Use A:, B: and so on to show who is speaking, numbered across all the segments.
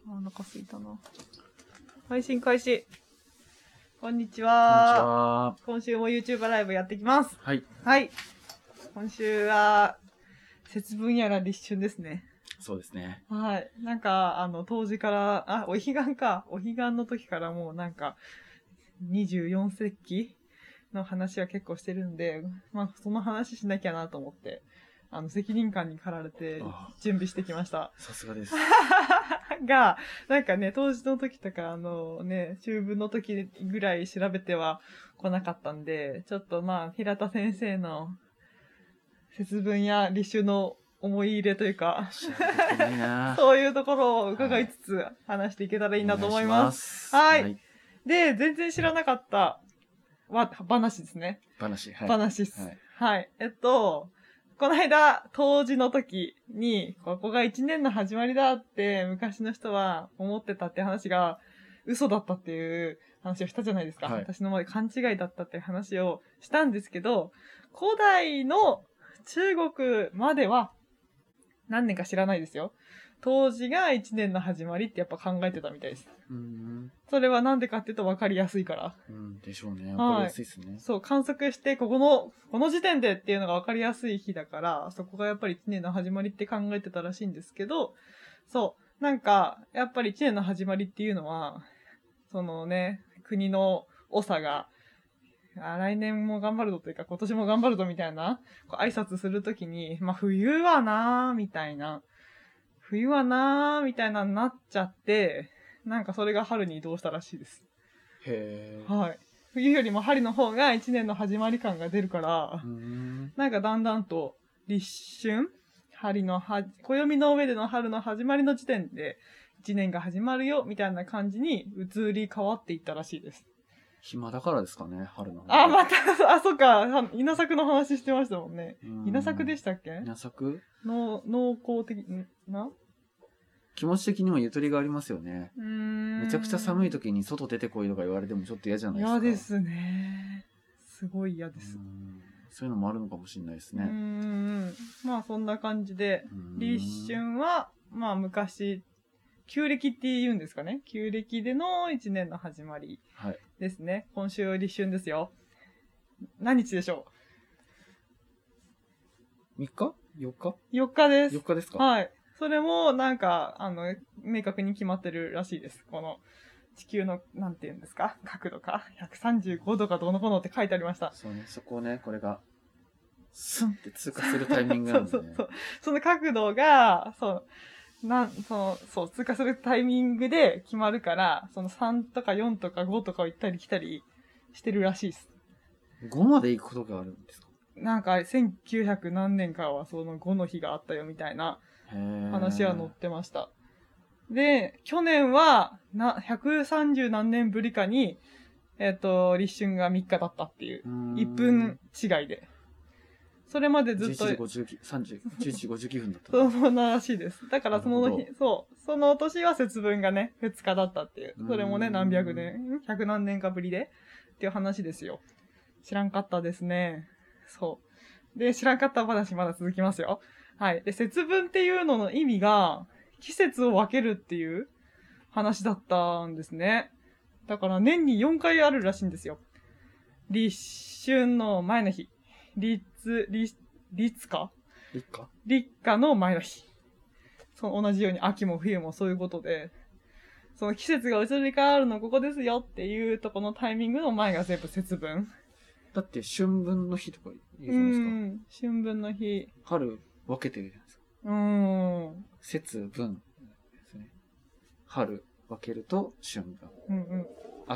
A: お腹すいたな。配信開始。こんにちは。今週も YouTuber ライブやっていきます。
B: はい。
A: はい。今週は、節分やら立春ですね。
B: そうですね。
A: はい。なんか、当時から、お彼岸か。お彼岸の時からもうなんか、24節気の話は結構してるんで、まあ、その話しなきゃなと思って、責任感に駆られて準備してきました。
B: さすがです。
A: が、なんかね、当時の時とか、秋分の時ぐらい調べては来なかったんで、ちょっとまあ、平田先生の節分や立秋の思い入れというか、そういうところを伺いつつ話していけたらいいなと思います。はい。で、全然知らなかった話ですね。
B: 話
A: です。はい。この間、冬至の時に、ここが一年の始まりだって昔の人は思ってたって話が嘘だったっていう話をしたじゃないですか。はい、私の前で勘違いだったっていう話をしたんですけど、古代の中国までは何年か知らないですよ。冬至が一年の始まりってやっぱ考えてたみたいです。それはなんでかっていうと分かりやすいから。
B: でしょうね。分かりやすいですね。
A: そう、観測して、この時点でっていうのが分かりやすい日だから、そこがやっぱり一年の始まりって考えてたらしいんですけど、そう、なんか、やっぱり一年の始まりっていうのは、そのね、国の長が、来年も頑張るぞというか、今年も頑張るぞみたいな、挨拶するときに、まあ、冬はなーみたいななっちゃって、なんかそれが春に移動したらしいです。
B: へ
A: ー。はい。冬よりも春の方が一年の始まり感が出るから、なんかだんだんと立春暦の上での春の始まりの時点で一年が始まるよみたいな感じに移り変わっていったらしいです。
B: 暇だからですかね、春の方
A: が。また、そっか、稲作の話してましたもんね。稲作でしたっけ？
B: 稲作？
A: 農耕的な？
B: 気持ち的にもゆとりがありますよね。めちゃくちゃ寒い時に外出てこいとか言われてもちょっと嫌じゃないですか。
A: 嫌ですね。すごい嫌です。
B: そういうのもあるのかもしれないですね。
A: まあそんな感じで、立春は、まあ昔、旧暦って言うんですかね。旧暦での一年の始まりですね。はい、今週立春ですよ。何日でしょ
B: う？ 3日？ 4日？
A: 4日です。
B: 4日ですか？
A: はい。それも、なんか、明確に決まってるらしいです。この、地球の、なんて言うんですか？角度か。135度かどうのこうのって書いてありました。
B: そうね、そこをね、これが、スンって通過するタイミングなんで、ね。
A: そう。その角度が、通過するタイミングで決まるから、その3とか4とか5とかを行ったり来たりしてるらしいです。
B: 5まで行くことがあるんですか？
A: なんか、1900何年かはその5の日があったよみたいな話は載ってました。で、去年は、130何年ぶりかに、立春が3日だったっていう。1分違いで。それまでずっと。
B: 11時59分だった。
A: そうならしいです。だからその日、その年は節分がね、2日だったっていう。それもね、何百年、100何年かぶりでっていう話ですよ。知らんかったですね。そう。で、知らんかった話まだ続きますよ。はい。で、節分っていうのの意味が、季節を分けるっていう話だったんですね。だから年に4回あるらしいんですよ。立春の前の日。立夏の前の日。同じように秋も冬もそういうことで、その季節が移り変わるのここですよっていうとこのタイミングの前が全部節分。
B: だって春分の日とか言うじゃないですか。
A: 春分の日。
B: 春分けてるじゃないですか。節分ですね。春分けると春分。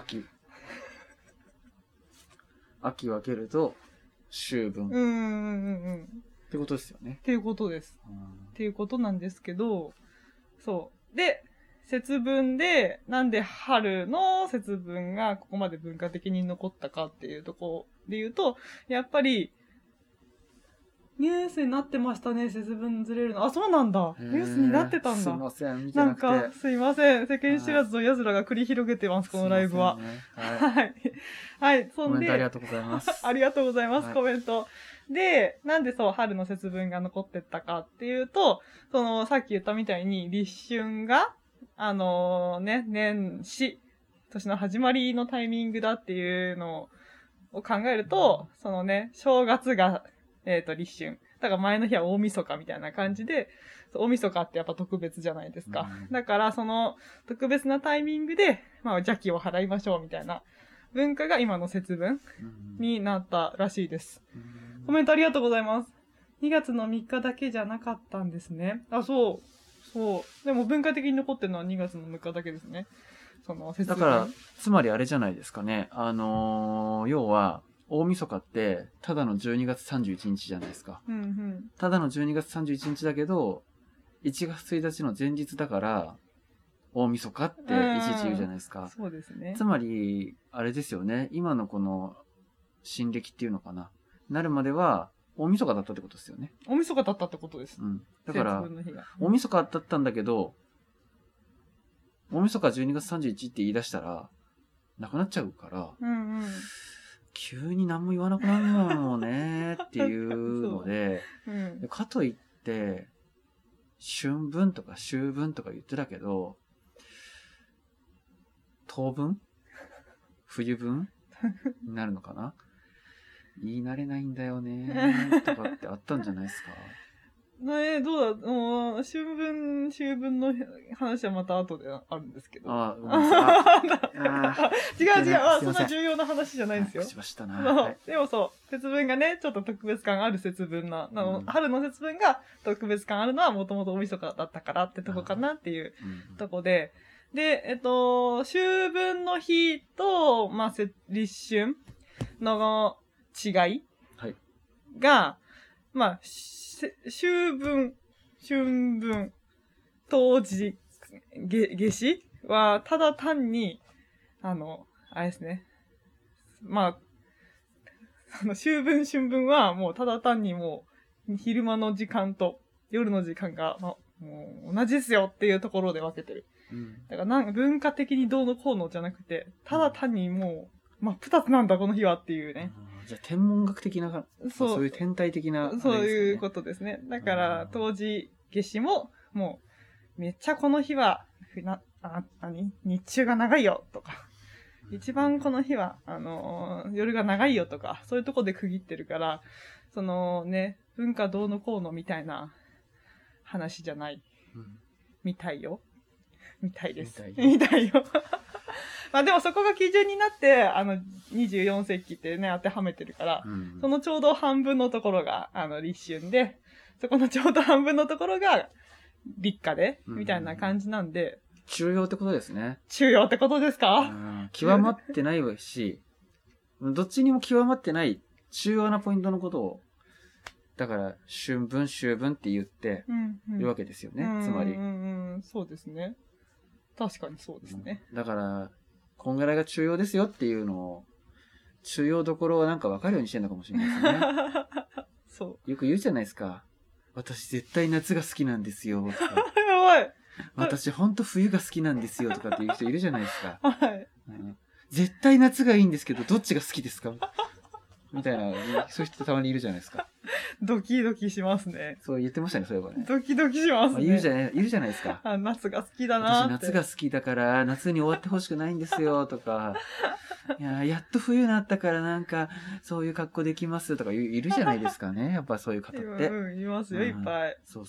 B: 秋分けると秋分。ってことですよね。
A: っていうことです。っていうことなんですけど、そう。で、節分で、なんで春の節分がここまで文化的に残ったかっていうところで言うと、やっぱり、ニュースになってましたね、節分ずれるの。そうなんだ。ニュースになってたんだ。
B: すいません、見てなくて。
A: なんか、すいません。世間知らずの奴らが繰り広げてます、このライブは。はい。はい。
B: そんで。コメントありがとうございます。
A: ありがとうございます、コメント。で、なんで春の節分が残ってったかっていうと、さっき言ったみたいに、立春が、 年始、年の始まりのタイミングだっていうのを考えると、そのね、正月が、立春。だから前の日は大晦日みたいな感じで、大晦日ってやっぱ特別じゃないですか。だからその特別なタイミングで、まあ邪気を払いましょうみたいな文化が今の節分になったらしいです。コメントありがとうございます。2月の3日だけじゃなかったんですね。あ、そう。でも文化的に残ってるのは2月の6日だけですね。その節分。
B: だから、つまりあれじゃないですかね。要は、大晦日って、ただの12月31日じゃないですか。ただの12月31日だけど、1月1日の前日だから、大晦日っていちいち言うじゃないですか。
A: そうですね。
B: つまり、あれですよね。今のこの、新暦っていうのかな。なるまでは、大晦日だったってことですよね。
A: 大晦日だったってことです。
B: だから、大晦日だったんだけど、大晦日12月31って言い出したら、なくなっちゃうから、急に何も言わなくなるのねっていうので、かといって、春分とか秋分とか言ってたけど、冬分冬分になるのかな言い慣れないんだよねとかってあったんじゃないですか。
A: どうだ秋分、秋分の話はまた後であるんですけど。違う。そんな重要な話じゃないんですよ。
B: しましたな。
A: でもそう、節分がね、ちょっと特別感ある節分春の節分が特別感あるのはもともと大晦日だったからってとこかなっていうとこで、で、秋分の日と、まあ、立春の違いが、まあ、秋分、春分、冬至、夏至は、ただ単に、あれですね。まあ、秋分、春分はもうただ単にもう、昼間の時間と夜の時間が、もう同じですよっていうところで分けてる。だから文化的にどうのこうのじゃなくて、ただ単にもう、真っ二つなんだこの日はっていうね。
B: じゃあ天文学的な、そういう天体的な、
A: そういうことですね。だから、冬至、夏至も、もう、めっちゃこの日は、日中が長いよとか、一番この日は、夜が長いよとか、そういうとこで区切ってるから、そのね、文化どうのこうのみたいな話じゃない。みたいよ。みたいです。みたいよ。まあでもそこが基準になって、24節気ってね、当てはめてるから、そのちょうど半分のところが、立春で、そこのちょうど半分のところが、立夏で、みたいな感じなんで。
B: 中庸ってことですね。
A: 中庸ってことですか？
B: 極まってないし、どっちにも極まってない中庸なポイントのことを、だから、春分、秋分って言ってるわけですよね、つまり。
A: そうですね。確かにそうですね。
B: だから、こんぐらいが中庸ですよっていうのを、中庸どころをなんか分かるようにしてるのかもしれないですね。
A: そう。
B: よく言うじゃないですか。私絶対夏が好きなんですよ、とか。
A: やばい。
B: 私ほんと冬が好きなんですよ、とかっていう人いるじゃないですか。
A: はい。
B: 絶対夏がいいんですけど、どっちが好きですかみたいな、そういう人たまにいるじゃないですか。
A: ドキドキしますね。
B: そう言ってましたね、そういえばね。
A: ドキドキしますね。
B: いるじゃないですか。
A: 夏が好きだなって。
B: 私夏が好きだから、夏に終わってほしくないんですよ、とか。やっと冬になったからなんか、そういう格好できますとかいるじゃないですかね。やっぱそういう方って。
A: いますよ、いっぱい。
B: そう。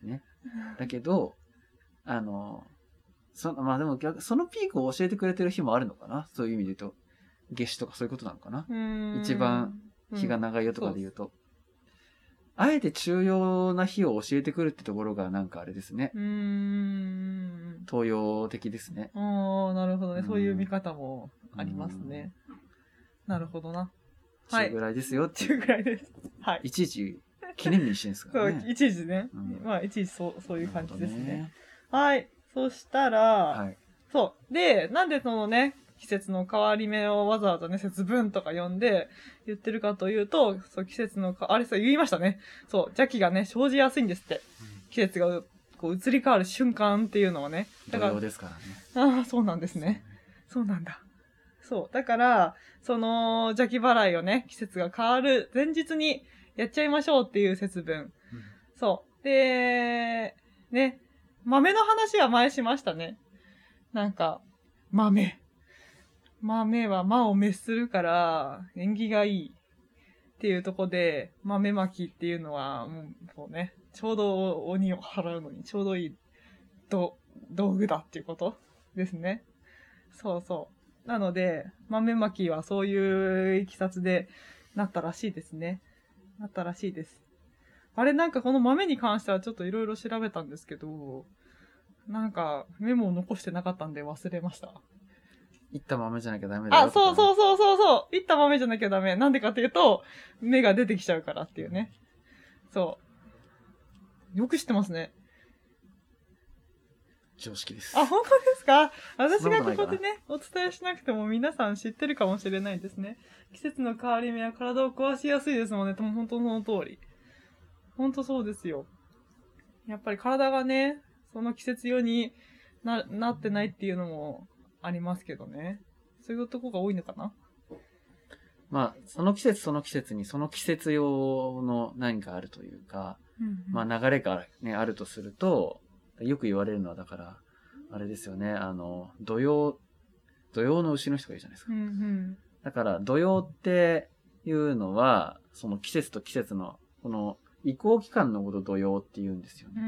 B: ね。だけど、まあでもそのピークを教えてくれてる日もあるのかな。そういう意味で言うと。夏至とかそういうことなのかな。一番日が長いよとかで言うと。あえて重要な日を教えてくるってところがなんかあれですね。東洋的ですね。
A: なるほどね。そういう見方もありますね。なるほどな。
B: はい。中ぐらいですよって。
A: 中ぐらいです。はい。
B: いちいち記念日にしてるんですからね。
A: そう、いちいちね。まあ、いちいちそういう感じですね。はい。そしたら、そう。で、なんでそのね、季節の変わり目をわざわざね、節分とか呼んで言ってるかというと、そう、季節のあれさ、言いましたね。そう、邪気がね、生じやすいんですって。季節がこう移り変わる瞬間っていうのはね。
B: だから。ですから
A: ね。ああ、そうなんですね。そうなんだ。そう。だから、その邪気払いをね、季節が変わる前日にやっちゃいましょうっていう節分。そう。で、ね。 豆の話は前しましたね。なんか、豆は魔を滅するから縁起がいいっていうとこで、豆まきっていうのは、もうそうね、ちょうど鬼を払うのにちょうどいい道具だっていうことですね。そうそう。なので、豆まきはそういういきさつでなったらしいですね。なったらしいです。あれなんかこの豆に関してはちょっといろいろ調べたんですけど、なんかメモを残してなかったんで忘れました。
B: いった豆じゃなきゃダメだよとか、ね。
A: そう。いった豆じゃなきゃダメ。なんでかっていうと、芽が出てきちゃうからっていうね。そう。よく知ってますね。
B: 常識です。
A: あ、本当ですか？私がここでね、お伝えしなくても皆さん知ってるかもしれないですね。季節の変わり目は体を壊しやすいですもんね。本当その通り。本当そうですよ。やっぱり体がね、その季節用になってないっていうのもありますけどね。そういうとこが多いのかな？
B: まあ、その季節にその季節用の何かあるというか、まあ流れがね、あるとすると、よく言われるのはだから、あれですよね、土曜の牛の人がいるじゃないですか。だから、土曜っていうのは、その季節と季節の、この移行期間のこと土曜って言うんですよね。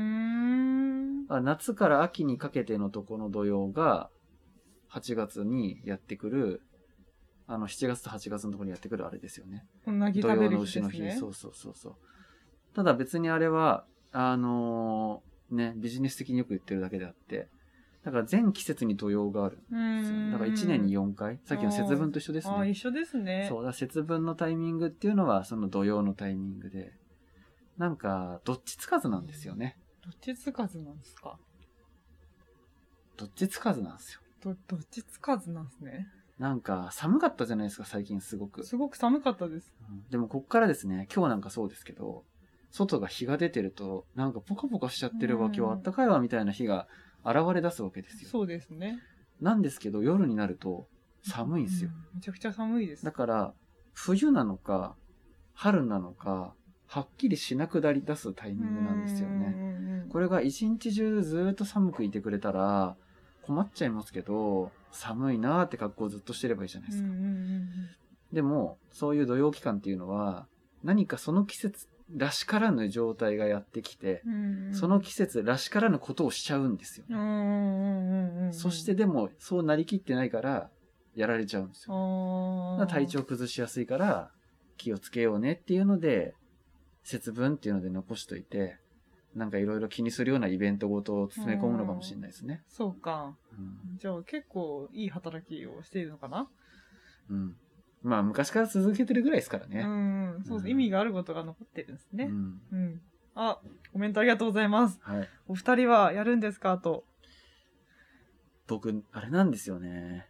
B: 夏から秋にかけてのとこの土曜が、8月にやってくる、7月と8月のところにやってくるあれですよね。土曜の牛の日。そう。ただ別にあれは、ね、ビジネス的によく言ってるだけであって、だから全季節に土曜があるんですよ。だから1年に4回。さっきの節分と一緒ですね。
A: あ、一緒ですね。
B: そうだ、節分のタイミングっていうのはその土曜のタイミングで、なんか、どっちつかずなんですよね。
A: どっちつかずなんですか？
B: どっちつかずなんですよ。
A: どっちつかずなんですね。
B: なんか、寒かったじゃないですか、最近すごく。
A: すごく寒かったです。
B: でもこっからですね、今日なんかそうですけど、外が日が出てると、なんかポカポカしちゃってるわ、今日あったかいわみたいな日が現れ出すわけですよ。
A: そうですね。
B: なんですけど、夜になると寒いんですよ。
A: めちゃくちゃ寒いです。
B: だから、冬なのか、春なのか、はっきりしなくなり出すタイミングなんですよね。これが一日中ずっと寒くいてくれたら、困っちゃいますけど、寒いなーって格好をずっとしてればいいじゃないですか。でも、そういう土曜期間っていうのは、何かその季節らしからぬ状態がやってきて、その季節らしからぬことをしちゃうんですよね。そしてでも、そうなりきってないから、やられちゃうんですよ。体調崩しやすいから、気をつけようねっていうので、節分っていうので残しといて、なんかいろいろ気にするようなイベントごとを詰め込むのかもしれないですね。
A: そうか。じゃあ結構いい働きをしているのかな？
B: まあ昔から続けてるぐらいですからね。
A: そうです。意味があることが残ってるんですね。あ、コメントありがとうございます。
B: はい。
A: お二人はやるんですか？と。
B: 僕、あれなんですよね。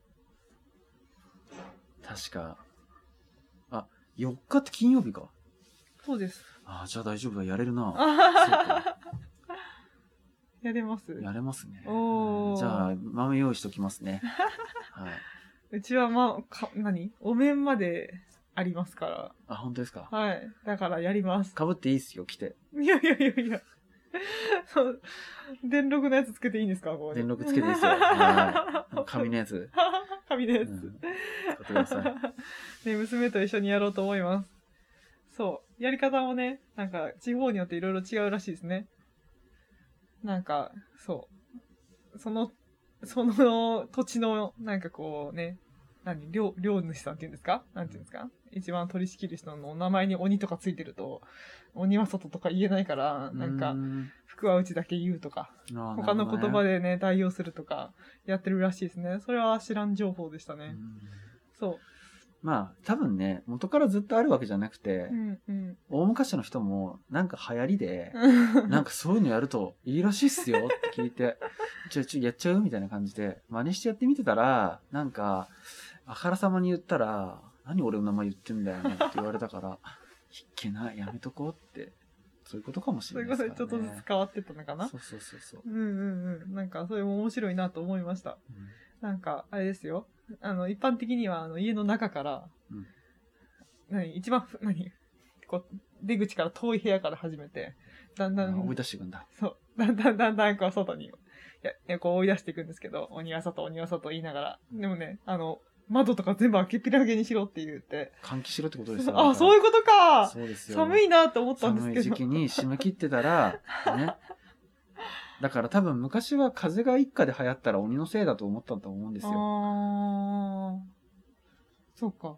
B: 確か。4日って金曜日か。
A: そうです。
B: じゃあ大丈夫だ。やれるな。そうか。
A: やれます？
B: やれますね。
A: おー。
B: じゃあ、豆用意しときますね。はい。
A: うちはお面までありますから。
B: 本当ですか？
A: はい。だからやります。
B: 被っていいっすよ、来て。
A: いや。そう。電録のやつつけていいんですか？ここ
B: 電録つけていいっすよ。はい。紙のやつ。
A: 紙のやつ。
B: 使ってください。
A: ね、娘と一緒にやろうと思います。そう。やり方もね、なんか、地方によっていろいろ違うらしいですね。なんか、そう。その土地の、なんかこうね、領主さんっていうんですか？なんていうんですか？一番取り仕切る人の名前に鬼とかついてると、鬼は外とか言えないから、なんか、福は内だけ言うとか、他の言葉でね、代用するとか、やってるらしいですね。それは知らん情報でしたね。そう。
B: まあ、多分ね、元からずっとあるわけじゃなくて、大昔の人も、なんか流行りで、なんかそういうのやるといいらしいっすよって聞いて、やっちゃうみたいな感じで、真似してやってみてたら、なんか、あからさまに言ったら、何俺の名前言ってんだよねって言われたから、いっけな、やめとこうって、そういうことかもしれないですからね。
A: そういうことでちょっとずつ変わってったのかな？
B: そう。
A: なんか、それも面白いなと思いました。なんか、あれですよ。一般的には、家の中から、一番、こう、出口から遠い部屋から始めて、だんだん、
B: 追い出していくんだ。
A: そう。 だんだんこう外に、こう追い出していくんですけど、鬼は外言いながら。でもね、窓とか全部開けっぴらげにしろって言って。
B: 換気しろってことですよ。
A: あ、そういうことか。
B: そうですよ。
A: 寒いなって思ったんですけど。
B: 寒い時期に締め切ってたら、ね。だから多分昔は風邪が一家で流行ったら鬼のせいだと思ったと思うんですよ。
A: そうか。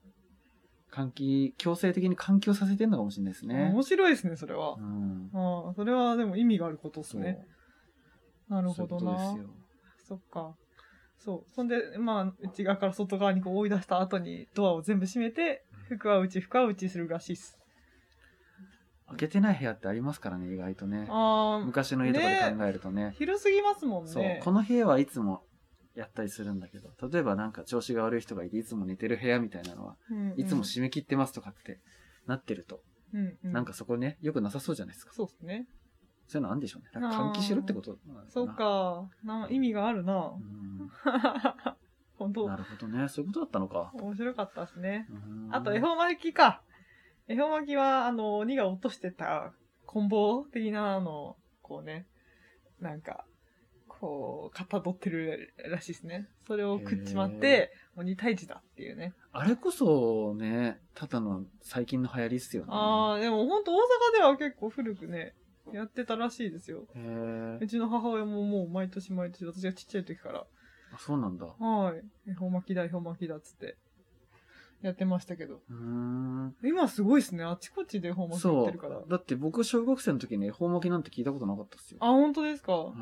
B: 強制的に換気をさせてんのかもしれないですね。
A: 面白いですね、それは。それはでも意味があることですね。なるほどな。そうですよ。そっか。そう。そんで、内側から外側にこう追い出した後にドアを全部閉めて、服は内するらしいっす。
B: 開けてない部屋ってありますからね、意外とね。昔の家とかで考えるとね。
A: 広すぎますもんね。
B: そう。この部屋はいつもやったりするんだけど、例えばなんか調子が悪い人がいて、いつも寝てる部屋みたいなのは、いつも締め切ってますとかってなってると、なんかそこね、よくなさそうじゃないですか。
A: そうですね。
B: そういうのあるんでしょうね。換気しろってことなのかな。
A: そうか。意味があるな。本当。
B: なるほどね。そういうことだったのか。
A: 面白かったですね。あと、恵方巻きか。恵方巻きは、鬼が落としてた、棍棒的なこうね、なんか、こう、かたどってるらしいですね。それを食っちまって、鬼退治だっていうね。
B: あれこそね、ただの最近の流行りっすよね。
A: でもほんと大阪では結構古くね、やってたらしいですよ。うちの母親ももう毎年私がちっちゃい時から。
B: あ、そうなんだ。
A: はい。恵方巻きだっつって。やってましたけど。今すごいですね。あちこちで恵方巻き売ってるから。
B: だって僕小学生の時に恵方巻きなんて聞いたことなかったっすよ。
A: あ、本当ですか？
B: はい。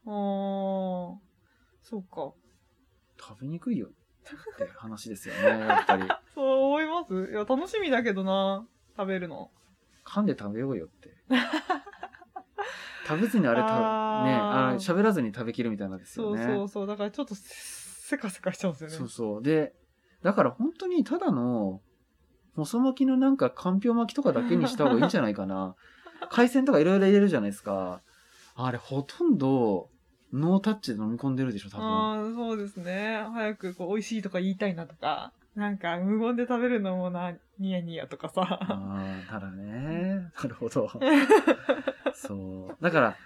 A: そうか。
B: 食べにくいよって話ですよね、やっぱり。
A: そう思います？いや、楽しみだけどな、食べるの。
B: 噛んで食べようよって。食べずに喋らずに食べきるみたいなんですよね。
A: そう。だからちょっとせかせかしちゃうんですよね。
B: そう。で、だから本当にただの細巻きのなんかかんぴょう巻きとかだけにした方がいいんじゃないかな。海鮮とかいろいろ入れるじゃないですか。あれほとんどノータッチで飲み込んでるでしょ、多分。
A: そうですね。早くこう美味しいとか言いたいなとか、なんか無言で食べるのもニヤニヤとかさ。
B: ただね。なるほど。そう。だから、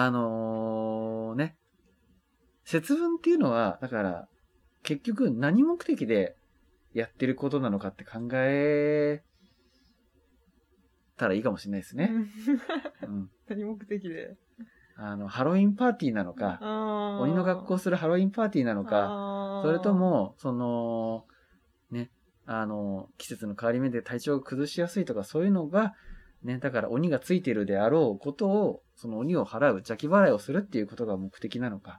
B: ね。節分っていうのは、だから、結局何目的でやってることなのかって考えたらいいかもしれないですね。
A: 何目的で
B: ハロウィンパーティーなのか、鬼の学校するハロウィンパーティーなのか、それとも、ね、季節の変わり目で体調を崩しやすいとか、そういうのが、ね、だから鬼がついているであろうことを、その鬼を払う、邪気払いをするっていうことが目的なのか、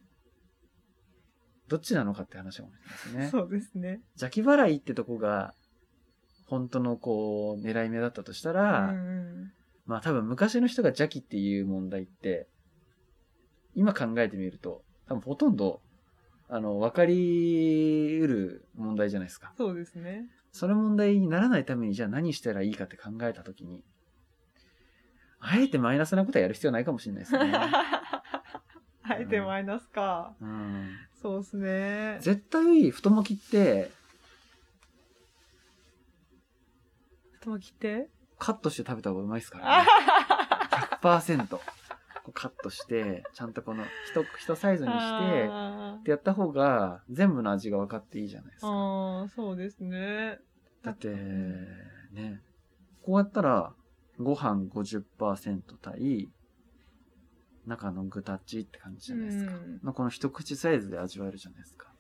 B: どっちなのかって話もありますね。
A: そうですね。
B: 邪気払いってとこが、本当のこう、狙い目だったとしたら、まあ多分昔の人が邪気っていう問題って、今考えてみると、多分ほとんど、分かり得る問題じゃないですか。
A: そうですね。
B: その問題にならないためにじゃあ何したらいいかって考えたときに、あえてマイナスなことはやる必要ないかもしれないですね。
A: あえてマイナスか。そうですね。
B: 絶対太巻きって、
A: 太巻きって
B: カットして食べた方がうまいですからね。100%。カットして、ちゃんとこの一サイズにして、ってやった方が全部の味が分かっていいじゃないですか。
A: そうですね。
B: だって、ね、こうやったら、ご飯 50% 対、中の具たちって感じじゃないですか。この一口サイズで味わえるじゃないですか。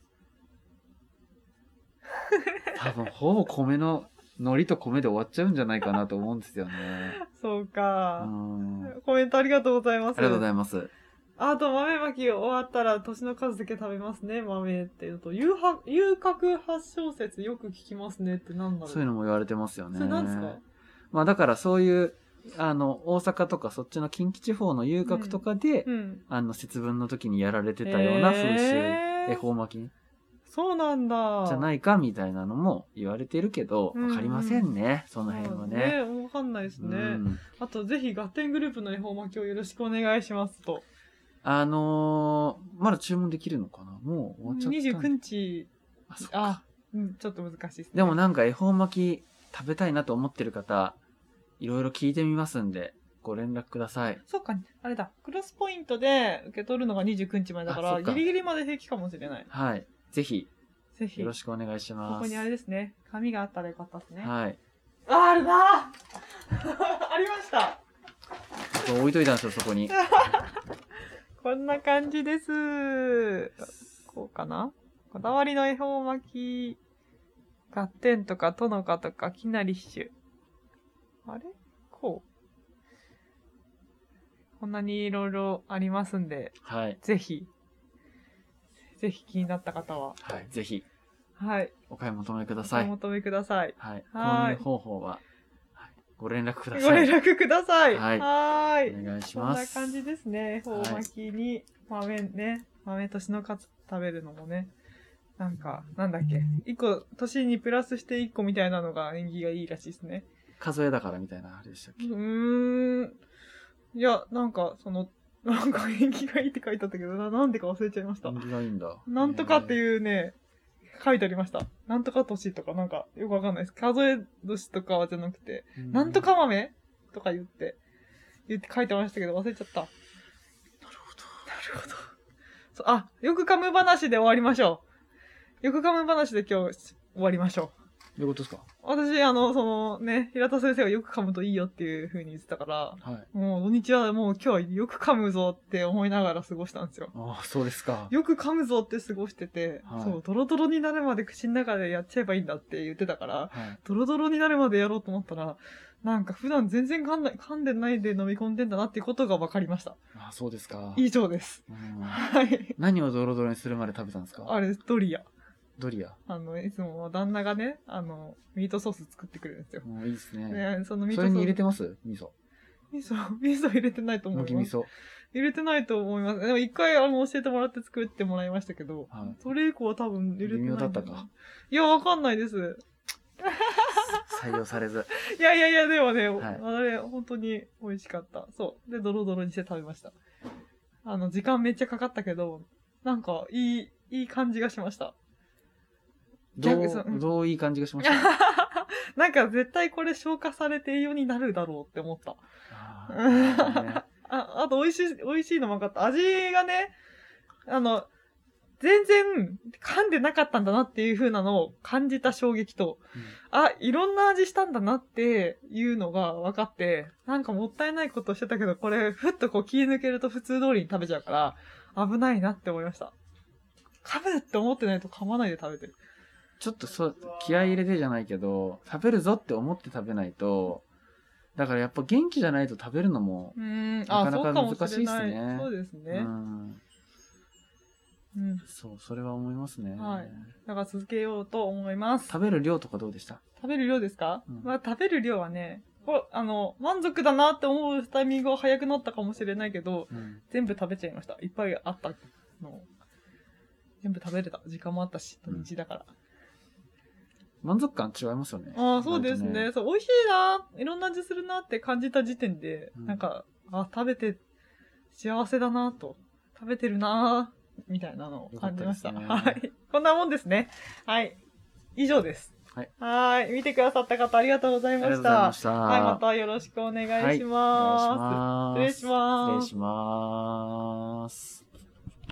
B: 多分、ほぼ海苔と米で終わっちゃうんじゃないかなと思うんですよね。
A: そうか。コメントありがとうございます。
B: ありがとうございます。
A: あと、豆まき終わったら年の数だけ食べますね、豆っていうと。遊郭発祥説よく聞きますねってなんだろう。
B: そういうのも言われてますよね。
A: それなんですか？
B: まあだからそういう、大阪とかそっちの近畿地方の遊郭とかで、節分の時にやられてたような風習、恵方巻き。
A: そうなんだ。
B: じゃないかみたいなのも言われてるけど、わかりませんね、その辺はね。
A: わかんないですね。あと、ぜひ、ガッテングループの恵方巻きをよろしくお願いしますと。
B: まだ注文できるのかな？もう終わっちゃった。
A: 29日。ちょっと難しいですね。
B: でもなんか恵方巻き食べたいなと思ってる方、いろいろ聞いてみますんで、 ご連絡ください。
A: そうか、あれだ。クロスポイントで受け取るのが29日前だから、ギリギリまで平気かもしれない。
B: はい。ぜひ、
A: ぜひ。
B: よろしくお願いします。
A: ここにあれですね。紙があったらよかったですね。
B: はい。
A: あるなありました。
B: 置いといたんですよ、そこに。
A: こんな感じです。こうかな？こだわりの恵方巻き、ガッテンとかトノカとかキナリッシュ。あれ？こう。こんなにいろいろありますんで、
B: はい。
A: ぜひ気になった方は。
B: はい、ぜひ。
A: はい。
B: お買い求めください。
A: お買い求めください。
B: はい。購入方法は、はい、ご連絡ください。
A: ご連絡ください。
B: はい。
A: はい。
B: お願いします。
A: こんな感じですね。恵方巻きに豆ね。豆年の数食べるのもね。なんか、なんだっけ。一個、年にプラスして1個みたいなのが縁起がいいらしいですね。
B: 数えだからみたいなあれでしたっけ？
A: いや、なんか、なんか縁起がいいって書いてあったけどなんでか忘れちゃいました。
B: 縁起がいいんだ。
A: なんとかっていうね、書いてありました。なんとか年とかなんかよくわかんないです。数え年とかじゃなくて、なんとか豆とか言って書いてましたけど忘れちゃった。なるほど。そう、よく噛む話で終わりましょう。よく噛む話で今日終わりましょう。
B: どういうことですか？
A: 私、平田先生がよく噛むといいよっていう風に言ってたから、
B: はい。
A: もう土日はもう今日はよく噛むぞって思いながら過ごしたんですよ。
B: ああ、そうですか。
A: よく噛むぞって過ごしてて、
B: はい、
A: そう、ドロドロになるまで口の中でやっちゃえばいいんだって言ってたから、
B: はい、
A: ドロドロになるまでやろうと思ったら、なんか普段全然噛んでないで飲み込んでんだなっていうことが分かりました。
B: ああ、そうですか。
A: 以上です。はい。
B: 何をドロドロにするまで食べたんですか？
A: あれ、ドリア。
B: ドリア。
A: いつも旦那がね、ミートソース作ってくれるんですよ。
B: いいですね。
A: ね、そのミートソース。
B: それに入れてます味噌。
A: 味噌入れてないと思います。
B: 麦味噌。
A: 入れてないと思います。でも一回教えてもらって作ってもらいましたけど、はい、それ以降は多分入れてない。
B: 微妙だったか。
A: いや、わかんないです。
B: 採用されず。
A: いや、でもね、
B: はい、
A: あれ、本当に美味しかった。そう。で、ドロドロにして食べました。時間めっちゃかかったけど、なんか、いい感じがしました。
B: どういい感じがしました
A: なんか絶対これ消化されて栄養になるだろうって思った。あと美味しいのも分かった。味がね、全然噛んでなかったんだなっていう風なのを感じた衝撃と、いろんな味したんだなっていうのが分かって、なんかもったいないことしてたけど、これふっとこう気抜けると普通通りに食べちゃうから、危ないなって思いました。噛むって思ってないと噛まないで食べてる。
B: ちょっと気合い入れてじゃないけど、食べるぞって思って食べないと、だからやっぱ元気じゃないと食べるのも、なかなか難しいですね。
A: そうですね。
B: そう、それは思いますね。
A: はい。だから続けようと思います。
B: 食べる量とかどうでした？
A: 食べる量ですか？食べる量はね、満足だなって思うタイミングが早くなったかもしれないけど、全部食べちゃいました。いっぱいあったの。全部食べれた。時間もあったし、土日だから。
B: 満足感違いますよね。
A: そうですね。そう、美味しいな、いろんな味するなって感じた時点で、なんか、食べて幸せだなと、食べてるなみたいなのを感じました。はい。こんなもんですね。はい。以上です。はい。見てくださった方ありがとうございました。はい。またよろしくお願いします。失礼します。
B: 失礼します。